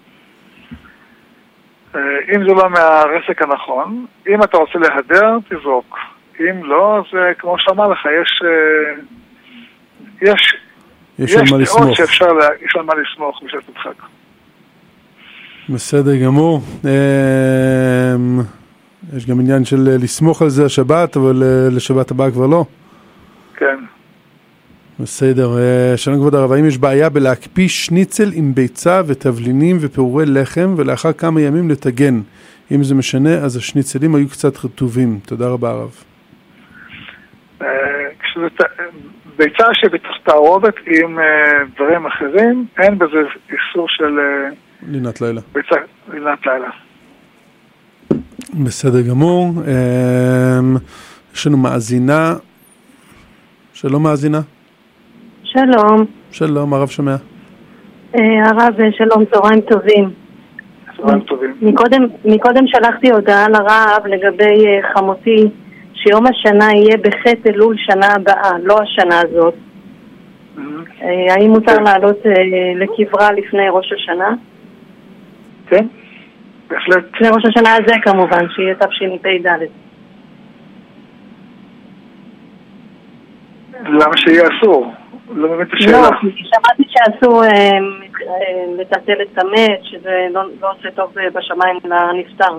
אם זה לא מהרסק הנכון, אם אתה רוצה להדר, תזרוק. אם לא, אז כמו שאמר לך, יש יש יש על מה לסמוך. שאפשר, יש על מה לסמוך בשעת הדחק. בסדר גמור. יש גם עניין של לסמוך על זה השבת, אבל לשבת הבאה כבר לא. כן. בסדר, שלום כבוד הרב, האם יש בעיה בלהקפיא שניצל עם ביצה ותבלינים ופעורי לחם ולאחר כמה ימים לטגן? אם זה משנה, אז השניצלים היו קצת רטובים. תודה רבה הרב. ביצה שבתוך תערובת עם דברים אחרים, אין בזה איסור של לינת לילה. ביצה, לינת לילה. בסדר גמור. יש לנו מאזינה. שלום מאזינה. שלום. שלום, הרב שומע. הרב, שלום, צהריים טובים. צהריים טובים. מקודם, מקודם שלחתי הודעה לרב לגבי חמותי, שיום השנה יהיה בחטא אלול שנה הבאה, לא השנה הזאת. האם מותר לעלות לקברה לפני ראש השנה? כן, בהחלט. לפני ראש השנה הזה כמובן, שיהיה תשפ"ד. למה שיהיה אסור? לא באמת השאלה. לא, שמעתי שאסור לטלטל את המת, שזה לא עושה טוב בשמיים לנפטר.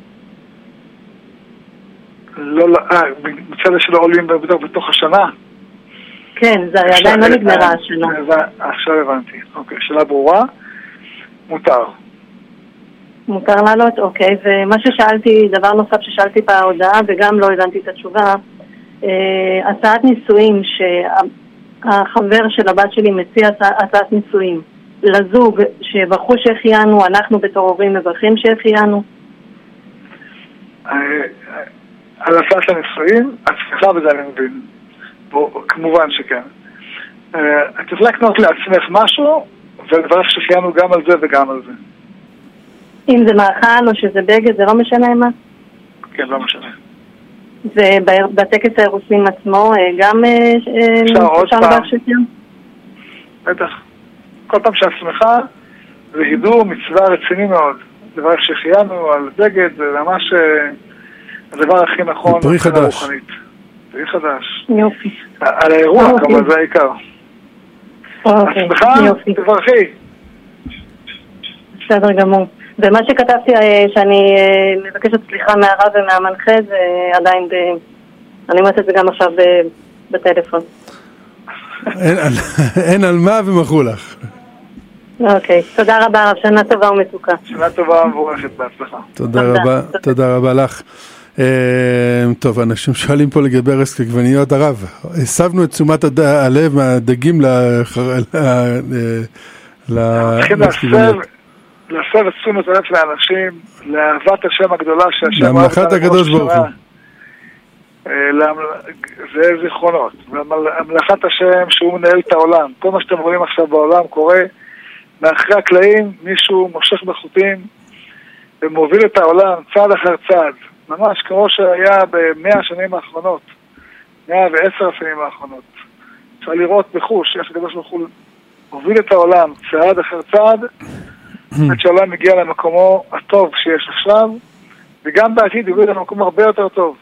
לא, לא, אה, בצד שלא עולים בתוך השנה? כן, זה עדיין לא נגמרה השנה. עכשיו הבנתי. אוקיי, שאלה ברורה. מותר. מותר לעלות, אוקיי. ומה ששאלתי, דבר נוסף ששאלתי בהודעה, וגם לא הבנתי את התשובה, הצעת נישואים, שהחבר של הבת שלי מציע הצעת נישואים לזוג שברכו שהחיינו, אנחנו בתור הורים מברכים שהחיינו. על הצעת הנישואים, את צריכה בזה אני מבין. כמובן שכן. את צריכה לקנות לעצמך משהו ולברך שהחיינו גם על זה וגם על זה. אם זה מאכל או שזה בגד, זה לא משנה מה? כן, לא משנה. ובטקס האירוסין עצמו גם אפשר לברך שהחיינו? בטח. כל פעם שאת שמחה זה הידור מצווה רציני מאוד. לברך שהחיינו על בגד זה ממש הדבר הכי נכון. פרי חדש. פרי חדש. יופי. על האירוע כמובן זה העיקר. אוקיי, יופי. תברכי. בסדר גמור. ומה שכתבתי שאני מבקשת סליחה מהרב ומהמנחה זה עדיין, אני אומרת את זה גם עכשיו בטלפון. אין על מה ומחו לך. אוקיי, תודה רבה הרב, שנה טובה ומתוקה. שנה טובה ומבורכת, בהצלחה. תודה רבה, תודה רבה לך. טוב, אנשים שואלים פה לגבי רסק עגבניות, הרב, הסבנו את תשומת הלב מהדגים לעגבניות. להסב את תשומת הלב לאנשים, לאהבת השם הגדולה שהשם... להמלכת הקדוש ברוך הוא. זה זיכרונות. המלאכת השם שהוא מנהל את העולם. כל מה שאתם רואים עכשיו בעולם קורה מאחרי הקלעים, מישהו מושך בחוטים ומוביל את העולם צעד אחר צעד. ממש כמו שהיה במאה השנים האחרונות, מאה ועשר השנים האחרונות. אפשר לראות בחוש איך הקדוש ברוך הוא הוביל את העולם צעד אחר צעד, עד שהעולם מגיע למקומו הטוב שיש עכשיו, וגם בעתיד יוביל למקום הרבה יותר טוב.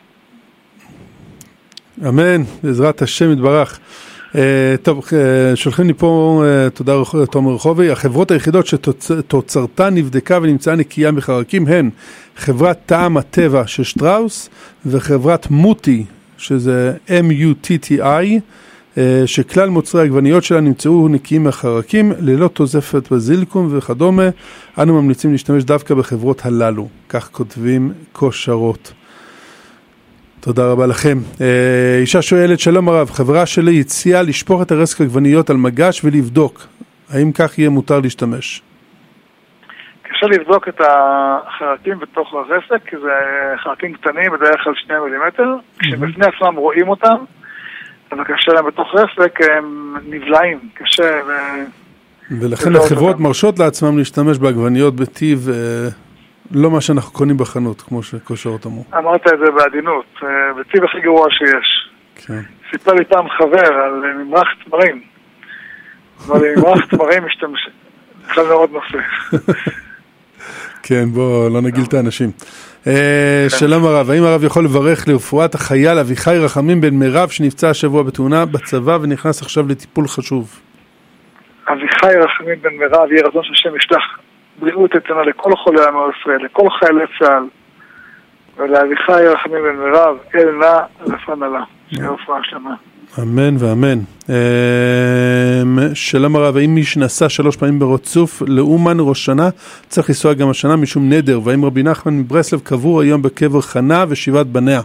אמן, בעזרת השם יתברך. טוב, שולחים לי פה, תודה תומר רחובי, החברות היחידות שתוצרתה נבדקה ונמצאה נקייה מחרקים הן חברת טעם הטבע של שטראוס וחברת מוטי, שזה אם יו טי טי איי, שכלל מוצרי העגבניות שלה נמצאו נקיים מחרקים ללא תוספת בזיליקום וכדומה. אנו ממליצים להשתמש דווקא בחברות הללו, כך כותבים כושרות. תודה רבה לכם. אישה שואלת, שלום הרב, חברה שלי הציעה לשפוך את הרסק עגבניות על מגש ולבדוק. האם כך יהיה מותר להשתמש? קשה לבדוק את החרקים בתוך הרסק, כי זה חרקים קטנים, בדרך כלל שני מילימטר. כשבפני עצמם רואים אותם, אבל קשה להם בתוך רסק, הם נבלעים, קשה. ו... ולכן החברות מרשות לעצמם להשתמש בעגבניות בטיב... לא מה שאנחנו קונים בחנות, כמו שכושרות אמרו. אמרת את זה בעדינות, בטיב הכי גרוע שיש. כן. סיפר לי פעם חבר על ממרח תמרים. אבל ממרח תמרים משתמש... בכלל מאוד נושא. כן, בוא לא נגיל את האנשים. שלום הרב, האם הרב יכול לברך לרפואת החייל אביחי רחמים בן מירב שנפצע השבוע בתאונה בצבא ונכנס עכשיו לטיפול חשוב? אביחי רחמים בן מירב, יהיה רצון שהשם ישלח בריאות איתנה לכל חולי עמו ישראל, לכל חיילי צה"ל, ולאביחי רחמים בן מירב, אל נא רפואה נעלה, שיהיה רפואה שלמה. אמן ואמן. שלום הרב, האם מי שנסע שלוש פעמים ברצוף לאומן ראש שנה צריך לנסוע גם השנה משום נדר, והאם רבי נחמן מברסלב קבור היום בקבר חנה ושבעת בניה?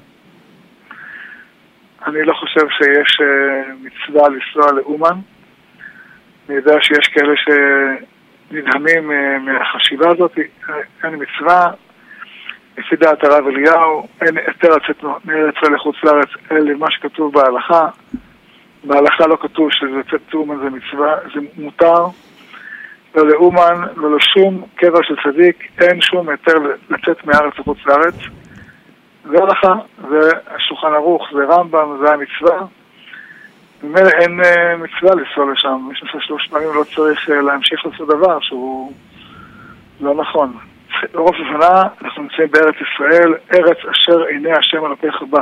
אני לא חושב שיש מצווה לנסוע לאומן. אני יודע שיש כאלה שנדהמים מהחשיבה הזאת. אין מצווה. לפי דעת הרב אליהו, אין יותר לצאת מארץ ישראל לחוץ לארץ, אלא מה שכתוב בהלכה. בהלכה לא כתוב שלצאת לאומן זה מצווה, זה מותר. לא לאומן, לא לשום קבר של צדיק, אין שום יותר לצאת מארץ לחוץ לארץ. זה הלכה, זה השולחן ערוך, זה רמב"ם, זה המצווה. במילא אין מצווה לנסוע לשם. מי שנסע שלוש פעמים לא צריך להמשיך לעשות דבר שהוא לא נכון. ברוב הזמן אנחנו נמצאים בארץ ישראל, ארץ אשר עיני השם אלוקיך בה.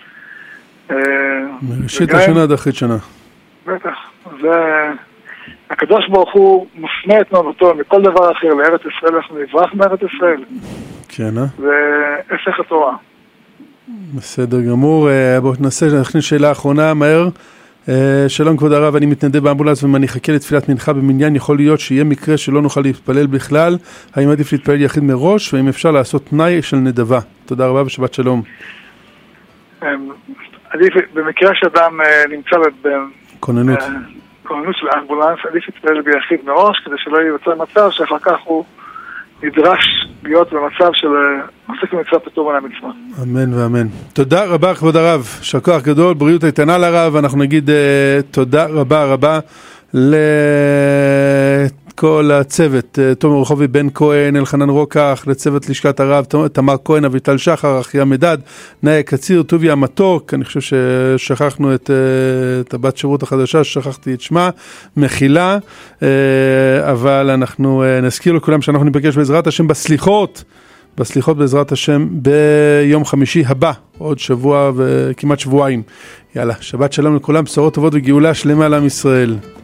מראשית השנה עד אחרית שנה. בטח. הקדוש ברוך הוא מפנה את נעמתו מכל דבר אחר לארץ ישראל, אנחנו נברח מארץ ישראל. כן, אה? זה הפך התורה. בסדר גמור. בואו ננסה להכניס שאלה אחרונה מהר. שלום כבוד הרב, אני מתנדב באמבולנס ואני אחכה לתפילת מנחה במניין, יכול להיות שיהיה מקרה שלא נוכל להתפלל בכלל, האם עדיף להתפלל יחיד מראש, והאם אפשר לעשות תנאי של נדבה? תודה רבה ושבת שלום. עדיף, במקרה שאדם נמצא בכוננות כוננות של האמבולנס, עדיף להתפלל ביחיד מראש, כדי שלא ייווצר מצב שאחר כך הוא נדרש להיות במצב של עוסק במצווה פטור מן המצווה. אמן ואמן. תודה רבה כבוד הרב, יישר כוח גדול, בריאות איתנה לרב. אנחנו נגיד uh, תודה רבה רבה לכל הצוות, uh, תומר רחובי, בן כהן, אלחנן רוקח, לצוות לשכת הרב, תמר כהן, אביטל שחר, אחיה מדד, נאי קציר, טוביה מתוק, אני חושב ששכחנו את, uh, את הבת שירות החדשה, ששכחתי את שמה, מחילה, uh, אבל אנחנו uh, נזכיר לכולם שאנחנו ניפגש בעזרת השם בסליחות, בסליחות בעזרת השם ביום חמישי הבא, עוד שבוע וכמעט שבועיים. יאללה, שבת שלום לכולם, בשורות טובות וגאולה שלמה לעם ישראל.